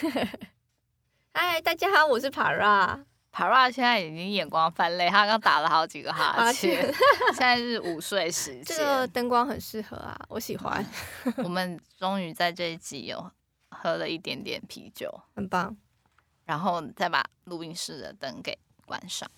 嗨，大家好，我是 Para。Para 现在已经眼光泛泪，他刚打了好几个哈欠。现在是午睡时间， 这个灯光很适合啊，我喜欢。 我们终于在这一集有喝了一点点啤酒， 很棒。 然后再把录音室的灯给关上。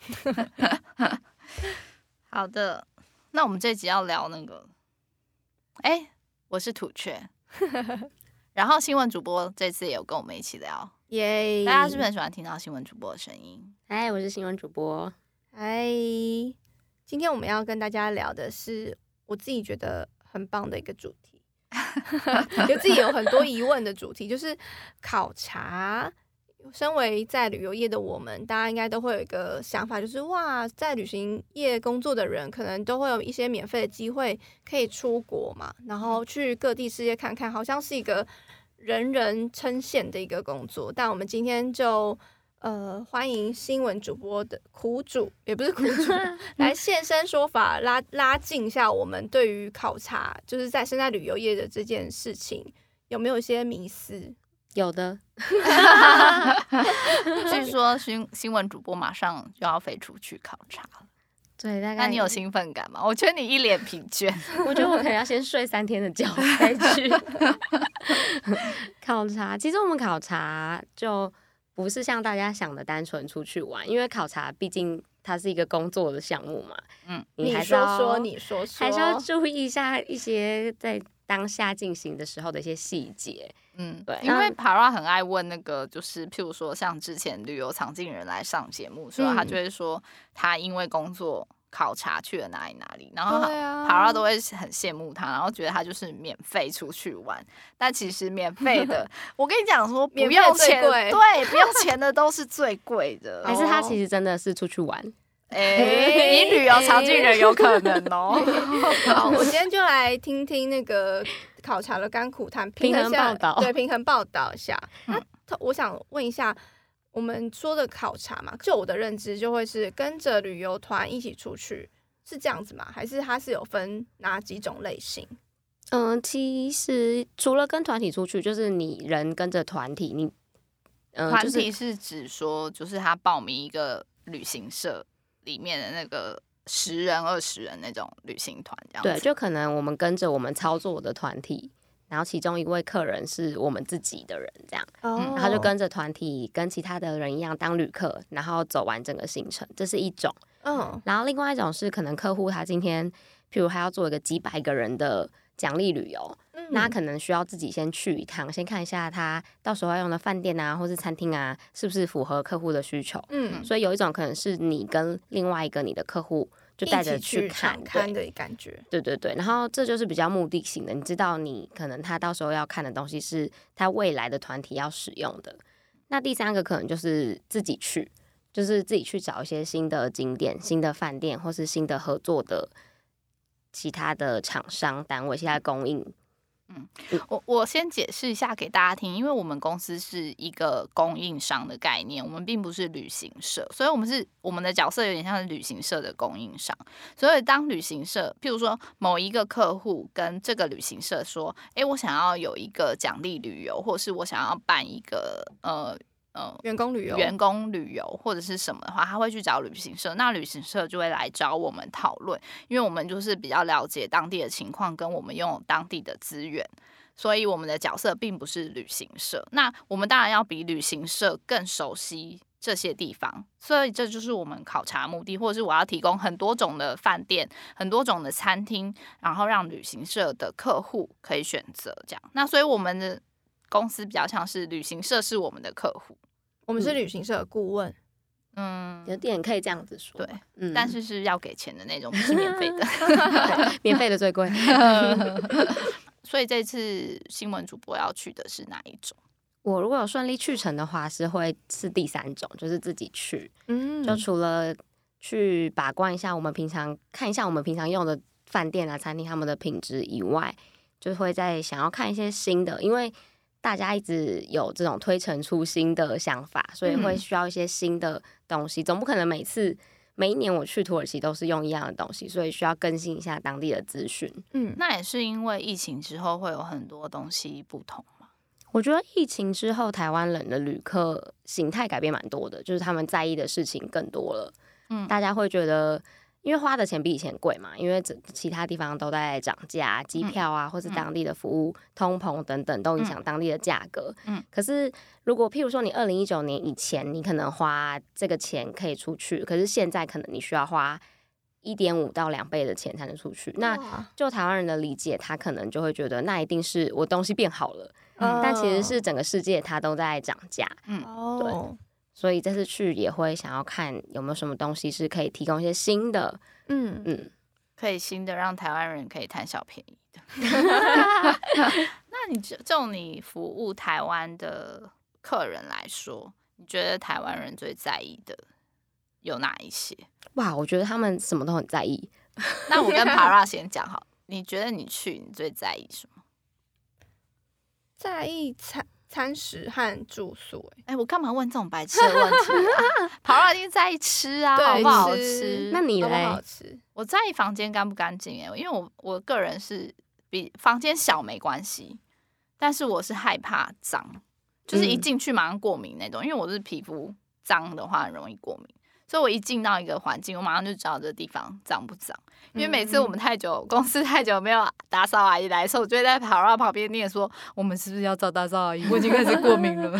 好的，那我们这一集要聊那个，我是土雀，然后新闻主播这次也有跟我们一起聊， 耶！ 大家是不是很喜欢听到新闻主播的声音？ 嗨，我是新闻主播。 嗨，今天我们要跟大家聊的是我自己觉得很棒的一个主题，就自己有很多疑问的主题，就是考察。身为在旅游业的我们，大家应该都会有一个想法，就是哇，在旅行业工作的人可能都会有一些免费的机会可以出国嘛，然后去各地世界看看，好像是一个人人称羡的一个工作。但我们今天就欢迎新闻主播的苦主，也不是苦主，来现身说法，拉近一下我们对于考察，就是身在旅游业的这件事情，有没有一些迷思？ 有的。 据说新闻主播马上就要飞出去考察了。 对，大概。 那你有兴奋感吗？我觉得你一脸疲倦。 我觉得我可能要先睡3天的觉再去考察。其实我们考察就不是像大家想的单纯出去玩，因为考察毕竟它是一个工作的项目嘛。你还是要你说还是要注意一下一些在当下进行的时候的一些细节。对， 因为 Para 很爱问那个，就是譬如说像之前旅游藏镜人来上节目，所以他就会说他因为工作考察去了哪里，然后 Para 都会很羡慕他，然后觉得他就是免费出去玩，但其实免费的，我跟你讲说不用钱，对，不用钱的都是最贵的， 还是他其实真的是出去玩？ 你旅游藏镜人有可能哦。 好，我今天就来听听那个考察的甘苦谈， 平衡报道， 对，平衡报道一下。我想问一下，我们说的考察嘛，就我的认知就会是跟着旅游团一起出去，是这样子吗？还是它是有分哪几种类型？ 其实除了跟团体出去，就是你人跟着团体， 团体是指说，就是他报名一个旅行社里面的那个10人、20人那种旅行团，这样子。 对，就可能我们跟着我们操作的团体，然后其中一位客人是我们自己的人，这样，然后就跟着团体跟其他的人一样当旅客，然后走完整个行程，这是一种。然后另外一种是可能客户他今天，譬如他要做一个几百个人的奖励旅游，那他可能需要自己先去一趟，先看一下他到时候要用的饭店啊，或是餐厅啊，是不是符合客户的需求。所以有一种可能是你跟另外一个你的客户就带着去看的感觉。 对，然后这就是比较目的性的，你知道你可能他到时候要看的东西是他未来的团体要使用的。那第三个可能就是自己去，就是自己去找一些新的景点、新的饭店，或是新的合作的其他的厂商单位、其他的供应。 我先解释一下给大家听，因为我们公司是一个供应商的概念，我们并不是旅行社，所以我们的角色有点像是旅行社的供应商。所以当旅行社，譬如说某一个客户跟这个旅行社说，我想要有一个奖励旅游，或是我想要办一个员工旅游或者是什么的话，他会去找旅行社，那旅行社就会来找我们讨论，因为我们就是比较了解当地的情况，跟我们拥有当地的资源，所以我们的角色并不是旅行社。那我们当然要比旅行社更熟悉这些地方，所以这就是我们考察目的，或者是我要提供很多种的饭店、很多种的餐厅，然后让旅行社的客户可以选择这样。那所以我们的公司比较像是旅行社是我们的客户， 我们是旅行社的顾问。 有点可以这样子说， 对，但是要给钱的那种，不是免费的， 免费的最贵。 所以这次新闻主播要去的是哪一种？ 我如果有顺利去成的话，是第3种，就是自己去。就除了去把关一下看一下我们平常用的饭店啊、餐厅他们的品质以外，就会再想要看一些新的，因为大家一直有这种推陈出新的想法，所以会需要一些新的东西。总不可能每一年我去土耳其都是用一样的东西，所以需要更新一下当地的资讯。 那也是因为疫情之后会有很多东西不同吗？ 我觉得疫情之后，台湾人的旅客形态改变蛮多的，就是他们在意的事情更多了。大家会觉得，因为花的钱比以前贵嘛，因为其他地方都在涨价，机票啊，或是当地的服务、通膨等等，都影响当地的价格。可是如果譬如说你2019年以前，你可能花这个钱可以出去，可是现在可能你需要花1.5到2倍的钱才能出去。那就台湾人的理解，他可能就会觉得，那一定是我东西变好了。但其实是整个世界它都在涨价。对。所以这次去也会想要看有没有什么东西是可以提供一些新的， 可以新的让台湾人可以贪小便宜的。那你就你服务台湾的客人来说，你觉得台湾人最在意的有哪一些？ 哇，我觉得他们什么都很在意。 那我跟 Para 先讲好，你觉得你最在意什么？ 在意餐食和住宿。 我干嘛问这种白痴的问题啊？Para 一定在意吃啊，好不好吃？ 那你嘞？ 好不好吃？ 我在意房间干不干净因为我个人是比房间小没关系，但是我是害怕脏，就是一进去马上过敏那种，因为我是皮肤脏的话很容易过敏。所以我一进到一个环境，我马上就知道这地方脏不脏。因为每次我们公司太久没有打扫阿姨来的时候，我就会在跑旁边念说：“我们是不是要找打扫阿姨？我已经开始过敏了。”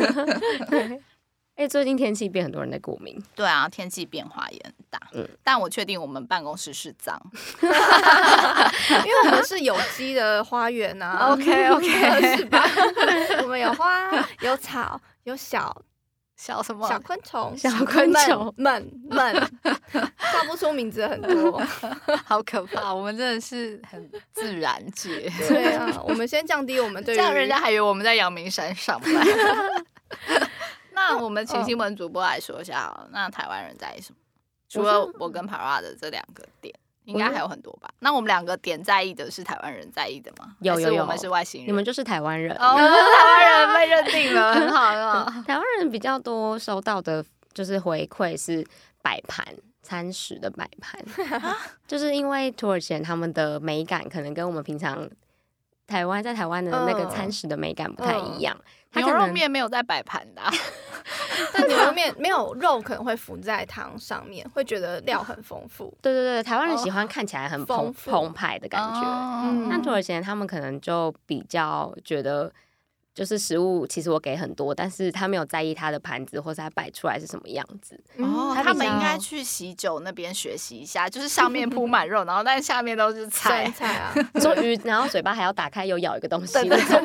最近天气变，很多人在过敏。 对啊，天气变化也很大。但我确定我们办公室是脏， 因为我们是有机的花园啊。 OK， 是吧？我们有花，有草，有小什么小昆虫， 小昆虫们叫不出名字很多， 好可怕！我们真的是很自然界。 对啊，我们先降低我们对于这样人家还以为我们在阳明山上班。那我们请新闻主播来说一下好了，那台湾人在意什么？除了我跟 Para 的这2个点，应该还有很多吧？那我们2个点在意的是台湾人在意的吗？ 有， 我们是外星人， 你们就是台湾人。 台湾人被认定了，很好。 台湾人比较多收到的就是回馈是摆盘。餐食的摆盘，就是因为土耳其人他们的美感可能跟我们平常在台湾的那个餐食的美感不太一样。 牛肉面没有在摆盘的但牛肉面没有肉可能会浮在汤上面，会觉得料很丰富。 对，台湾人喜欢看起来很澎湃的感觉。但土耳其人他们可能就比较觉得，就是食物其实我给很多，但是他没有在意他的盘子或是他摆出来是什么样子。 他们应该去喜酒那边学习一下，就是上面铺满肉，然后但下面都是菜啊， 做鱼，然后嘴巴还要打开又咬一个东西。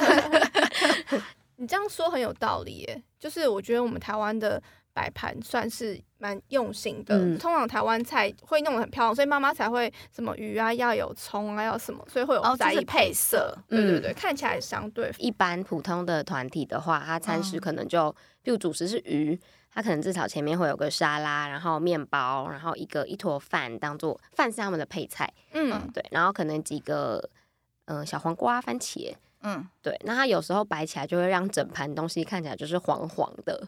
你这样说很有道理耶，就是我觉得我们台湾的摆盘算是蛮用心的。通常台湾菜会弄得很漂亮，所以妈妈才会什么鱼啊要有葱啊要什么，所以会有在意配色。对，看起来相对一般普通的团体的话，它餐食可能就，比如主食是鱼，它可能至少前面会有个沙拉，然后面包，然后一坨饭当做饭是他们的配菜。对，然后可能几个小黄瓜、番茄。对，那它有时候摆起来就会让整盘东西看起来就是黄黄的。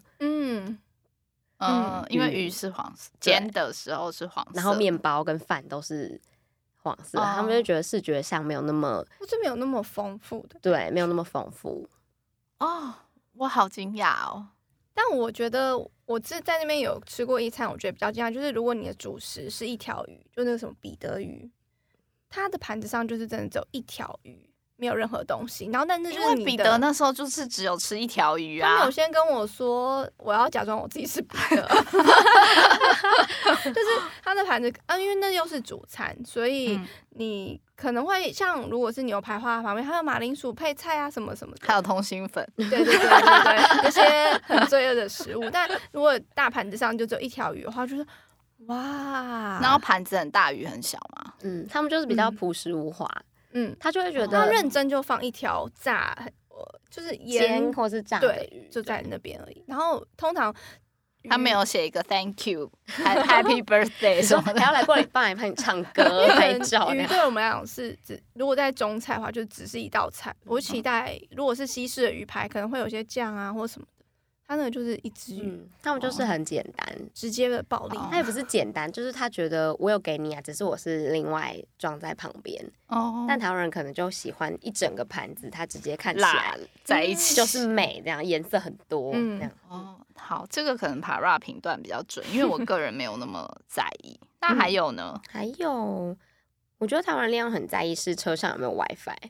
因为鱼是黄色，煎的时候是黄色， 然后面包跟饭都是黄色，他们就觉得视觉上没有那么， 这没有那么丰富的， 对，没有那么丰富。 我好惊讶哦！ 但我觉得我在那边有吃过一餐，我觉得比较惊讶，就是如果你的主食是一条鱼，就那个什么彼得鱼，它的盘子上就是真的只有一条鱼。没有任何东西，然后但是就是因为彼得那时候就是只有吃一条鱼啊。 他们有先跟我说，我要假装我自己是彼得，就是他的盘子因为那又是主餐，所以你可能会像如果是牛排花旁边还有马铃薯配菜啊什么什么的， 还有通心粉， 对，那些很罪恶的食物。但如果大盘子上就只有一条鱼的话，就是哇， 然后盘子很大，鱼很小嘛。 他们就是比较朴实无华。他就会觉得他认真就放一条炸，就是煎或是炸的鱼， 就在那边而已。然后通常他没有写一个 Thank you Happy Birthday 什么的， 还要来过来帮你唱歌拍照。 鱼对我们来讲是如果在中菜的话，就只是一道菜。我期待如果是西式的鱼排，可能会有些酱啊或什么的。 他那个就是一支语， 他们就是很简单， 直接的暴力。 他也不是简单，就是他觉得我有给你啊，只是我是另外装在旁边。但台湾人可能就喜欢一整个盘子，它直接看起来在一起， 就是美，这样颜色很多，这样。 好，这个可能Para评断比较准，因为我个人没有那么在意。那还有呢？ 还有，我觉得台湾人恋爱很在意是车上有没有 WiFi。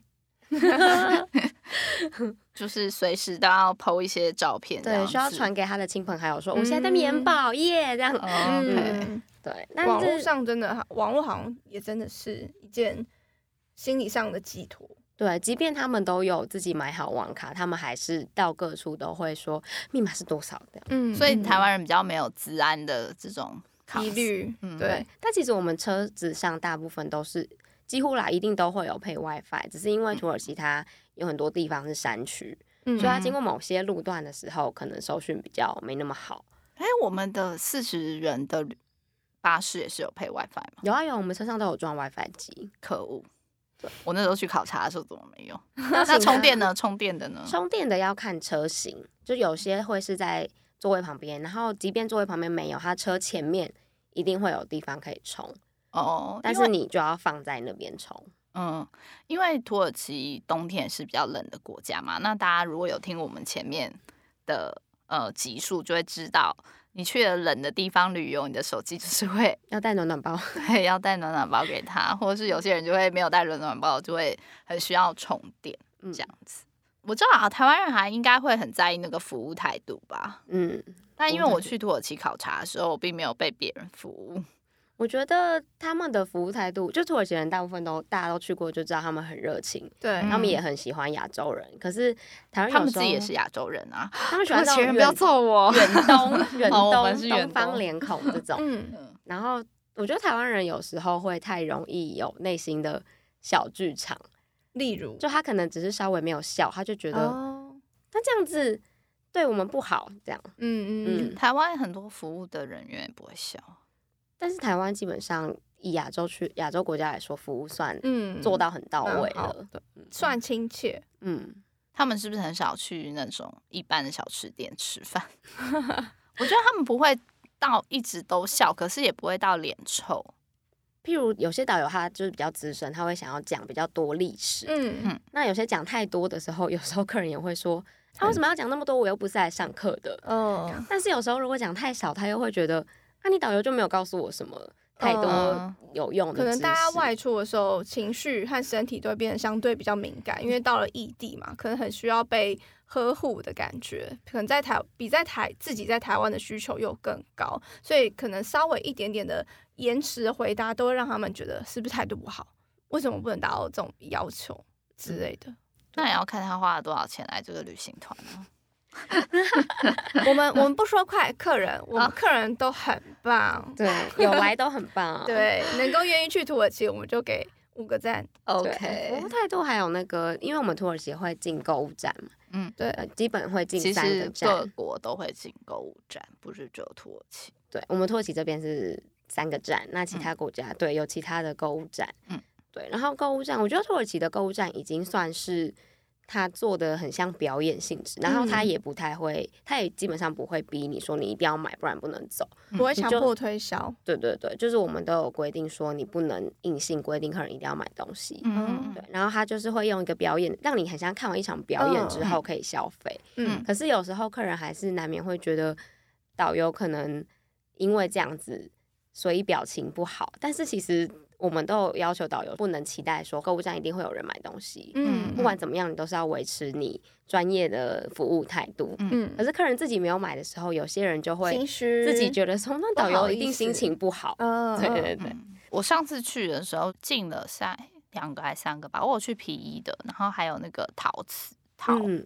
就是随时都要 po 一些照片， 对，需要传给他的亲朋好友说，我现在在棉堡耶，这样。对，但是网络上真的，网络好像也真的是一件心理上的寄托。 对，即便他们都有自己买好网卡，他们还是到各处都会说密码是多少的。 所以台湾人比较没有资安的这种疑虑。对， 但其实我们车子上大部分都是。几乎一定都会有配 WiFi， 只是因为土耳其它有很多地方是山区，所以它经过某些路段的时候，可能收讯比较没那么好。 我们的40人的巴士也是有配 WiFi 吗？ 有啊有，我们车上都有装 WiFi 机。 可恶！我那时候去考察的时候怎么没用？那充电呢？充电的呢？ 充电的要看车型，就有些会是在座位旁边，然后即便座位旁边没有，它车前面一定会有地方可以充。但是你就要放在那边充。 因为土耳其冬天也是比较冷的国家嘛，那大家如果有听我们前面的集数，就会知道，你去了冷的地方旅游，你的手机就是会要带暖暖包， 对，要带暖暖包给他，或者是有些人就会没有带暖暖包，就会很需要充电这样子。我知道台湾人还应该会很在意那个服务态度吧。但因为我去土耳其考察的时候，我并没有被别人服务。 我觉得他们的服务态度，就土耳其人大部分大家都去过，就知道他们很热情， 对， 他们也很喜欢亚洲人。可是台湾他们自己也是亚洲人啊， 他们喜欢土耳其人不要揍我， 远东方脸孔这种。然后我觉得台湾人有时候会太容易有内心的小剧场， 例如， 就他可能只是稍微没有笑，他就觉得他这样子对我们不好，这样。 台湾很多服务的人员也不会笑。 但是台湾基本上以亚洲国家来说，服务算做到很到位了， 算亲切。 他们是不是很少去那种一般的小吃店吃饭？我觉得他们不会到一直都笑，可是也不会到脸臭。 譬如有些导游他就是比较资深，他会想要讲比较多历史。那有些讲太多的时候，有时候客人也会说，他为什么要讲那么多？我又不是来上课的。但是有时候如果讲太少，他又会觉得。你导游就没有告诉我什么太多有用的知识。 可能大家外出的时候，情绪和身体都会变得相对比较敏感，因为到了异地嘛，可能很需要被呵护的感觉。可能比自己在台湾的需求又更高，所以可能稍微一点点的延迟的回答，都会让他们觉得是不是态度不好？为什么不能达到这种要求之类的？ 那也要看他花了多少钱来这个旅行团呢？ 我们不说客人，我们客人都很棒， 对，有来都很棒， 对，能够愿意去土耳其，我们就给5个赞。 OK， 服务态度还有那个，因为我们土耳其会进购物站嘛，对，基本会进3个站， 其实各国都会进购物站，不是只有土耳其。 对，我们土耳其这边是3个站，那其他国家对有其他的购物站，对，然后购物站，我觉得土耳其的购物站已经算是。他做的很像表演性质，然后他也不太会，他也基本上不会逼你说你一定要买，不然不能走， 不会强迫推销。 对对对，就是我们都有规定说你不能硬性规定客人一定要买东西。对，然后他就是会用一个表演，让你很像看完一场表演之后可以消费。可是有时候客人还是难免会觉得导游可能因为这样子，所以表情不好，但是其实。我们都有要求导游不能期待说购物站一定会有人买东西，不管怎么样，你都是要维持你专业的服务态度。可是客人自己没有买的时候，有些人就会自己觉得说，那导游一定心情不好。对对对， 我上次去的时候进了2个还3个吧，我有去皮衣的，然后还有那个陶的，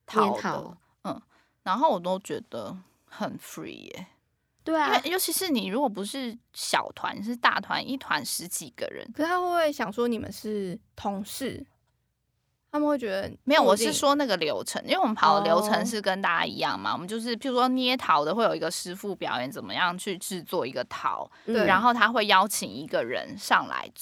然后我都觉得很 free 耶。 对啊， 因为尤其是你如果不是小团，是大团，一团10几个人， 可是他会不会想说你们是同事？他们会觉得没有，我是说那个流程，因为我们跑的流程是跟大家一样嘛。我们就是譬如说捏陶的会有一个师傅表演怎么样去制作一个陶，然后他会邀请一个人上来做，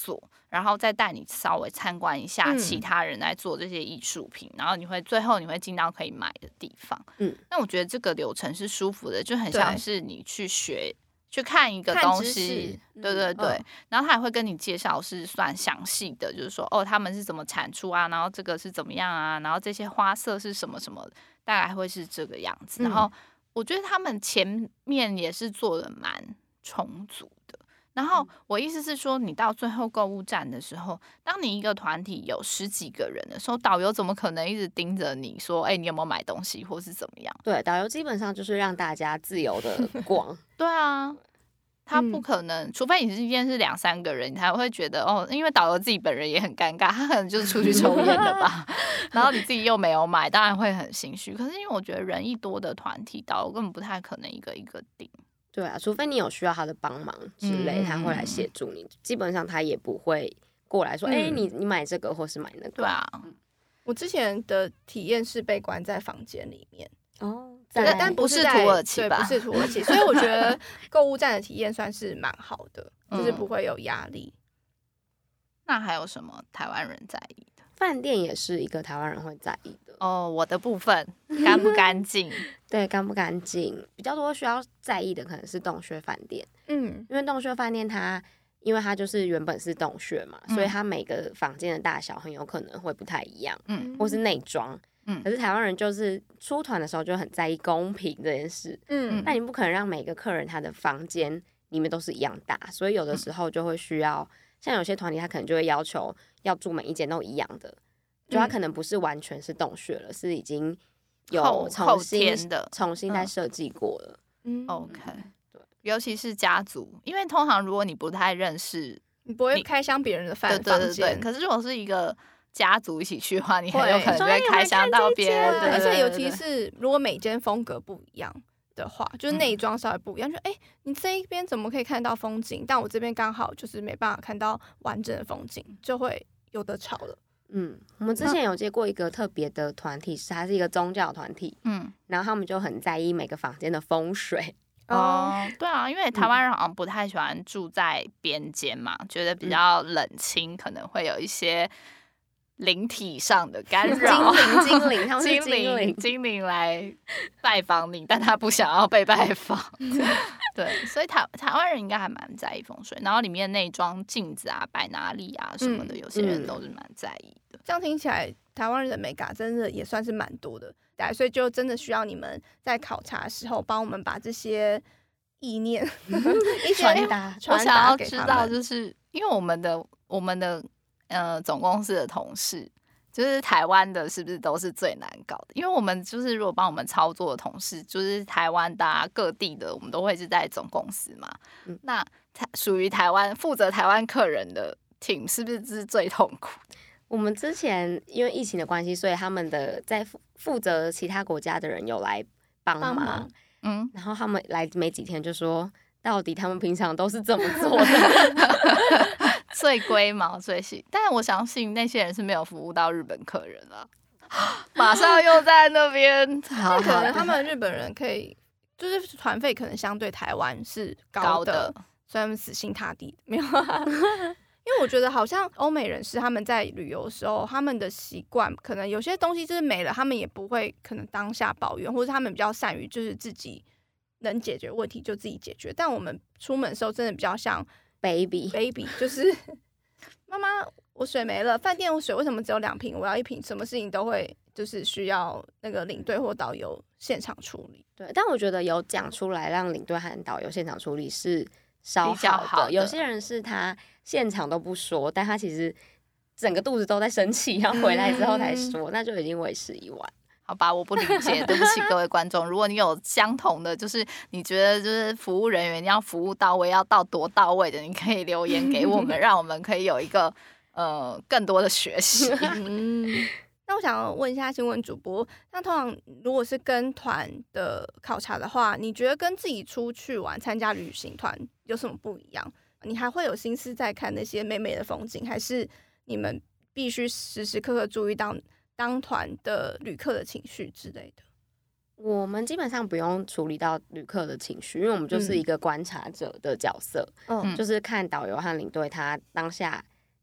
然后再带你稍微参观一下其他人在做这些艺术品，然后最后你会进到可以买的地方。那我觉得这个流程是舒服的，就很像是你去看一个东西，对对对，然后他还会跟你介绍是算详细的，就是说他们是怎么产出啊，然后这个是怎么样啊，然后这些花色是什么什么，大概会是这个样子。然后我觉得他们前面也是做的蛮充足的。然后我意思是说，你到最后购物站的时候，当你一个团体有10几个人的时候，导游怎么可能一直盯着你说，你有没有买东西或是怎么样？ 对，导游基本上就是让大家自由的逛。 对啊，他不可能，除非你今天是2、3个人，你才会觉得因为导游自己本人也很尴尬，他可能就是出去抽烟的吧。然后你自己又没有买，当然会很心虚。可是因为我觉得人一多的团体，导游根本不太可能一个一个盯。 对啊，除非你有需要他的帮忙之类，他会来协助你。基本上他也不会过来说，你买这个或是买那个。 对啊， 我之前的体验是被关在房间里面但不是土耳其吧？ 对，不是土耳其，所以我觉得购物站的体验算是蛮好的，就是不会有压力。 那还有什么台湾人在意的？ 饭店也是一个台湾人会在意的我的部分干不干净？ 对，干不干净比较多需要在意的可能是洞穴饭店。因为洞穴饭店因为它就是原本是洞穴嘛，所以它每个房间的大小很有可能会不太一样，或是内装。可是台湾人就是出团的时候就很在意公平这件事。但你不可能让每个客人他的房间里面都是一样大，所以有的时候就会需要，像有些团体他可能就会要求要住每一间都一样的，就他可能不是完全是洞穴了，是已经有重新再设计过了。 OK， 对，尤其是家族，因为通常如果你不太认识， 你不会开箱别人的房间。 对。可是如果是一个家族一起去的话，你很有可能就会开箱到别人。 而且尤其是如果每间风格不一样的话，就是内装稍微不一样，就你这一边怎么可以看到风景，但我这边刚好就是没办法看到完整的风景，就会有得吵了。 我们之前有接过一个特别的团体，它是一个宗教团体，然后他们就很在意每个房间的风水。 对啊，因为台湾人好像不太喜欢住在边间嘛，觉得比较冷清，可能会有一些灵体上的干扰。精灵来拜访你，但他不想要被拜访。对，所以台湾人应该还蛮在意风水，然后里面内装镜子啊、摆哪里啊什么的，有些人都是蛮在意的。 这样听起来，台湾人的美感真的也算是蛮多的。所以就真的需要你们在考察的时候帮我们把这些意念传达。我想要知道，就是因为我们的总公司的同事，就是台湾的，是不是都是最难搞的？因为我们就是如果帮我们操作的同事，就是台湾的各地的，我们都会是在总公司嘛。那属于台湾负责台湾客人的 team 是不是最痛苦的？ 我们之前因为疫情的关系，所以他们的在负责其他国家的人有来帮忙，然后他们来没几天就说，到底他们平常都是怎么做的？ 最龟毛最细，但我相信那些人是没有服务到日本客人了，马上又在那边。 可能他们日本人可以，就是团费可能相对台湾是高的，所以他们死心塌地没有。因为我觉得好像欧美人士他们在旅游的时候，他们的习惯可能有些东西就是没了，他们也不会可能当下抱怨，或者他们比较善于就是自己能解决问题就自己解决。但我们出门的时候真的比较像 baby， 就是妈妈我水没了，饭店我水为什么只有2瓶，我要1瓶，什么事情都会就是需要那个领队或导游现场处理。 对，但我觉得有讲出来让领队和导游现场处理是稍好的。有些人是他现场都不说，但他其实整个肚子都在生气，然后回来之后才说，那就已经为时已晚。 好吧，我不理解，对不起各位观众。如果你有相同的，就是你觉得就是服务人员要服务到位，要到多到位的，你可以留言给我们，让我们可以有一个更多的学习。 那我想问一下新闻主播，那通常如果是跟团的考察的话，你觉得跟自己出去玩参加旅行团有什么不一样？你还会有心思在看那些美美的风景，还是你们必须时时刻刻注意到当团的旅客的情绪之类的？ 我们基本上不用处理到旅客的情绪，因为我们就是一个观察者的角色，就是看导游和领队他当下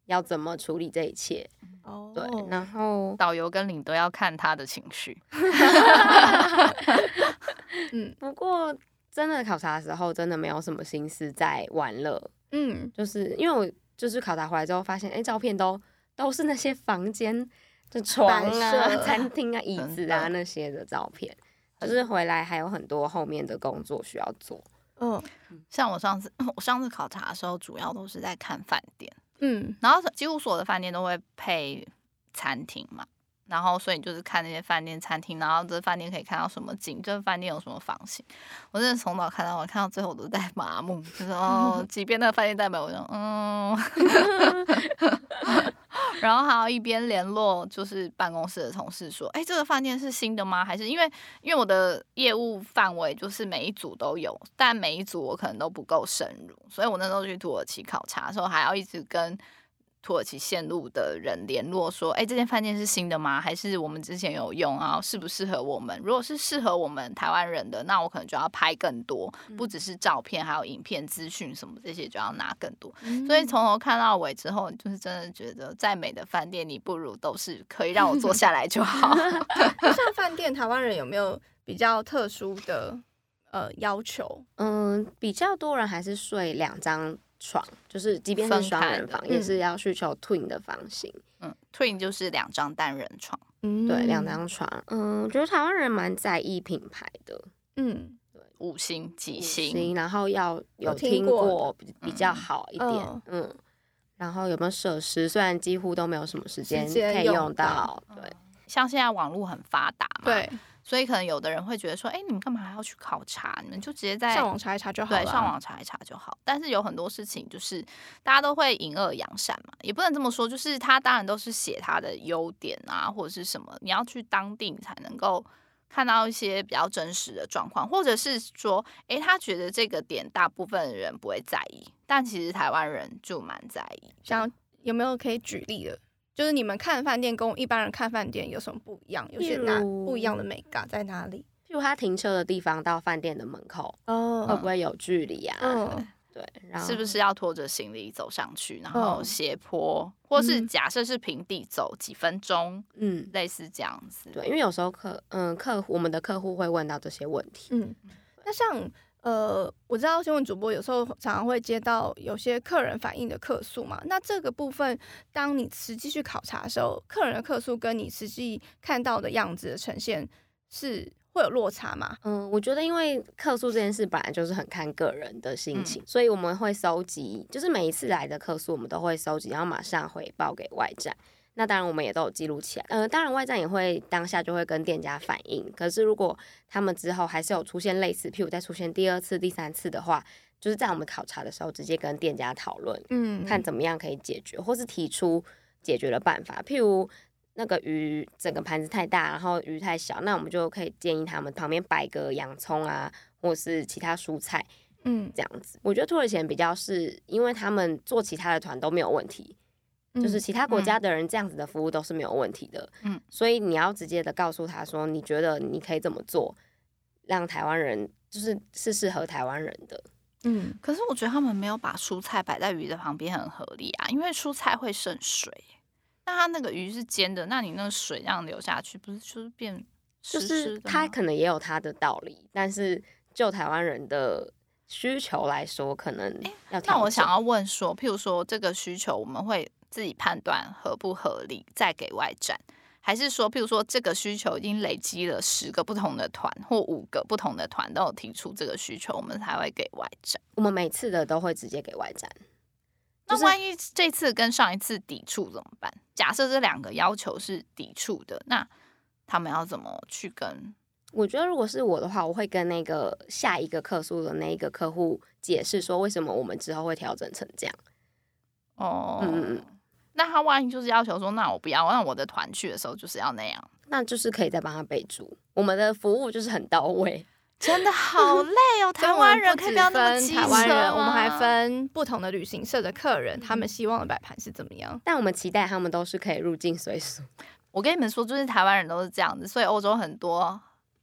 要怎么处理这一切。对，然后导游跟领队要看他的情绪。 不过真的考察的时候，真的没有什么心思在玩乐。就是因为我就是考察回来之后发现，照片都是那些房间的床啊、餐厅啊、椅子啊那些的照片，就是回来还有很多后面的工作需要做。 像我上次考察的时候，主要都是在看饭店。然后几乎所有的饭店都会配餐厅嘛，然后所以就是看那些饭店餐厅，然后这饭店可以看到什么景，这饭店有什么房型。我真的从早看到晚，看到最后我都在麻木，就是即便那个饭店代表我就然后还要一边联络就是办公室的同事说，这个饭店是新的吗？还是因为我的业务范围就是每一组都有，但每一组我可能都不够深入，所以我那时候去土耳其考察的时候，还要一直跟土耳其线路的人联络说，这间饭店是新的吗？还是我们之前有用啊？适不适合我们？如果是适合我们台湾人的，那我可能就要拍更多，不只是照片，还有影片、资讯什么这些就要拿更多。所以从头看到尾之后，就是真的觉得再美的饭店，你不如都是可以让我坐下来就好。 像饭店，台湾人有没有比较特殊的要求？ 比较多人还是睡2张床，就是即便是双人房，也是要需求 twin 的房型。 twin 就是2张单人床。 对，2张床。我觉得台湾人蛮在意品牌的。 对，5星几星， 然后要有听过比较好一点。然后有没有设施？虽然几乎都没有什么时间可以用到。对， 像现在网络很发达嘛。 对。 所以可能有的人会觉得说，你们干嘛还要去考察？你们就直接在上网查一查就好了。 对，上网查一查就好。但是有很多事情就是大家都会隐恶扬善嘛，也不能这么说。就是他当然都是写他的优点啊，或者是什么，你要去当地才能够看到一些比较真实的状况，或者是说，他觉得这个点大部分人不会在意，但其实台湾人就蛮在意。 像有没有可以举例的？就是你们看饭店跟一般人看饭店有什么不一样？有些不一样的美感在哪里？ 譬如他停车的地方到饭店的门口，会不会有距离啊？对，然后是不是要拖着行李走上去，然后斜坡，或是假设是平地走几分钟，类似这样子。 对，因为有时候我们的客户会问到这些问题。 那像我知道新闻主播有时候常常会接到有些客人反映的客诉嘛，那这个部分当你实际去考察的时候，客人的客诉跟你实际看到的样子的呈现是会有落差吗？ 我觉得因为客诉这件事本来就是很看个人的心情，所以我们会收集，就是每一次来的客诉我们都会收集，然后马上回报给外站。那当然我们也都有记录起来，当然外站也会当下就会跟店家反映，可是如果他们之后还是有出现类似，譬如再出现第2次、第3次的话，就是在我们考察的时候直接跟店家讨论，看怎么样可以解决，或是提出解决的办法。譬如那个鱼整个盘子太大，然后鱼太小，那我们就可以建议他们旁边摆个洋葱啊，或是其他蔬菜，这样子。我觉得土耳其人比较是因为他们做其他的团都没有问题。就是其他国家的人这样子的服务都是没有问题的，所以你要直接的告诉他说，你觉得你可以怎么做，让台湾人是适合台湾人的。 可是我觉得他们没有把蔬菜摆在鱼的旁边很合理啊，因为蔬菜会渗水，那他那个鱼是煎的，那你那个水这样流下去，不是就是变湿湿的吗？ 就是他可能也有他的道理，但是就台湾人的需求来说，可能要调整。 那我想要问说，譬如说这个需求我们会自己判断合不合理，再给外站，还是说，譬如说这个需求已经累积了10个不同的团或5个不同的团都有提出这个需求，我们才会给外站？ 我们每次的都会直接给外站。 那万一这次跟上一次抵触怎么办？假设这2个要求是抵触的，那他们要怎么去跟？ 我觉得如果是我的话，我会跟那个下一个客诉的那一个客户解释说，为什么我们之后会调整成这样。 那他万一就是要求说，那我不要，那我的团去的时候就是要那样， 那就是可以再帮他备注。我们的服务就是很到位， 真的好累哦。台湾人可以不要那么机车吗？ 台湾人，我们还分不同的旅行社的客人，他们希望的摆盘是怎么样？ 但我们期待他们都是可以入境随俗。 我跟你们说，就是台湾人都是这样子，所以欧洲很多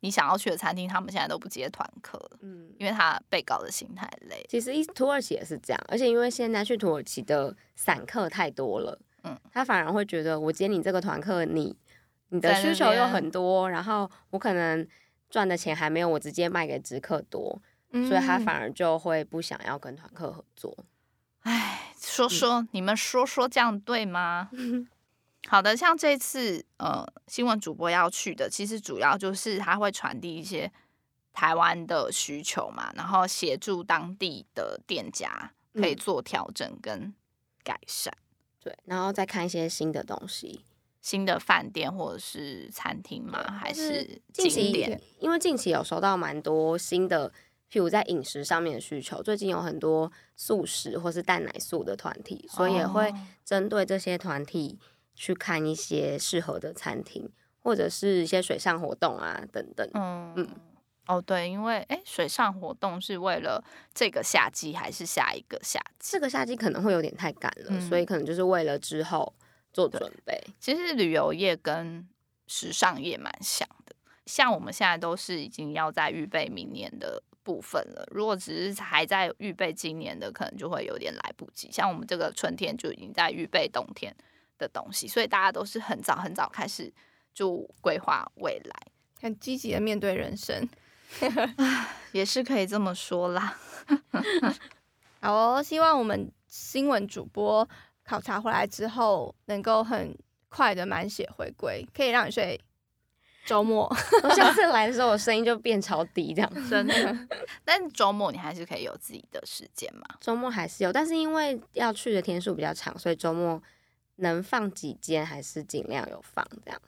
你想要去的餐厅，他们现在都不接团客了，因为他被搞得心太累。 其实土耳其也是这样，而且因为现在去土耳其的散客太多了，他反而会觉得我接你这个团客，你的需求又很多，然后我可能赚的钱还没有我直接卖给直客多，所以他反而就会不想要跟团客合作。 哎，你们说这样对吗？好的，像这次新闻主播要去的，其实主要就是他会传递一些台湾的需求嘛，然后协助当地的店家可以做调整跟改善。 对，然后再看一些新的东西， 新的饭店或者是餐厅吗？还是景点？ 因为近期有收到蛮多新的，譬如在饮食上面的需求，最近有很多素食或是蛋奶素的团体，所以也会针对这些团体去看一些适合的餐厅，或者是一些水上活动啊等等。 对，因为水上活动是为了这个夏季还是下一个夏季？ 这个夏季可能会有点太赶了，所以可能就是为了之后做准备。 其实旅游业跟时尚业蛮像的，像我们现在都是已经要在预备明年的部分了，如果只是还在预备今年的，可能就会有点来不及。像我们这个春天就已经在预备冬天的东西，所以大家都是很早开始就规划未来， 很积极的面对人生。 也是可以这么说啦。 好哦，希望我们新闻主播考察回来之后，能够很快的满血回归，可以让你睡周末。 我下次来的时候，我声音就变超低，这样真的。但周末你还是可以有自己的时间嘛？ 周末还是有，但是因为要去的天数比较长，所以周末能放几间还是尽量有放这样。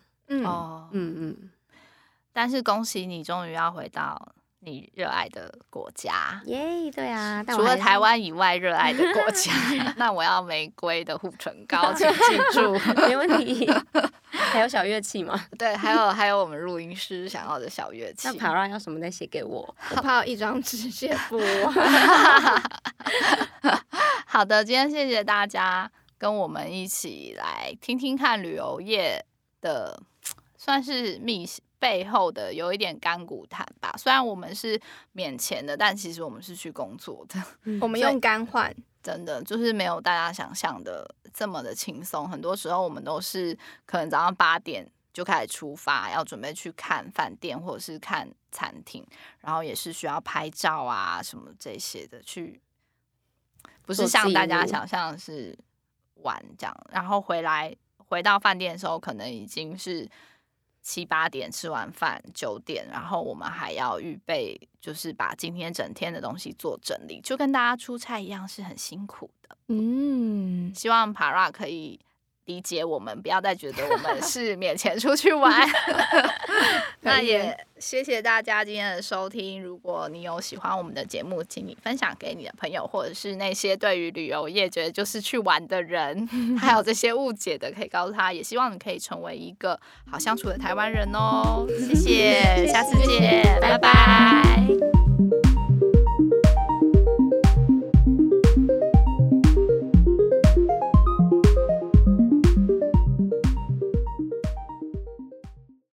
但是恭喜你，终于要回到你热爱的国家， 耶！对啊， 除了台湾以外热爱的国家。那我要玫瑰的护唇膏，请记住。 没问题。还有小乐器吗？ 对，还有我们录音师想要的小乐器。 那Para要什么再写给我？ 我怕有一张纸写不完。 好的，今天谢谢大家跟我们一起来听听看旅游业的算是背后的有一点甘苦谈吧。虽然我们是免钱的，但其实我们是去工作的。 我们用肝换， 真的就是没有大家想象的这么的轻松。很多时候我们都是可能早上8点就开始出发，要准备去看饭店或者是看餐厅，然后也是需要拍照啊什么这些的，去不是像大家想象的是玩这样。然后回到饭店的时候，可能已经是7、8点吃完饭，9点，然后我们还要预备，就是把今天整天的东西做整理，就跟大家出差一样，是很辛苦的。希望 Para 可以理解我们，不要再觉得我们是免钱出去玩。那也谢谢大家今天的收听。如果你有喜欢我们的节目，请你分享给你的朋友，或者是那些对于旅游业觉得就是去玩的人，还有这些误解的，可以告诉他。也希望你可以成为一个好相处的台湾人哦。谢谢，下次见，拜拜。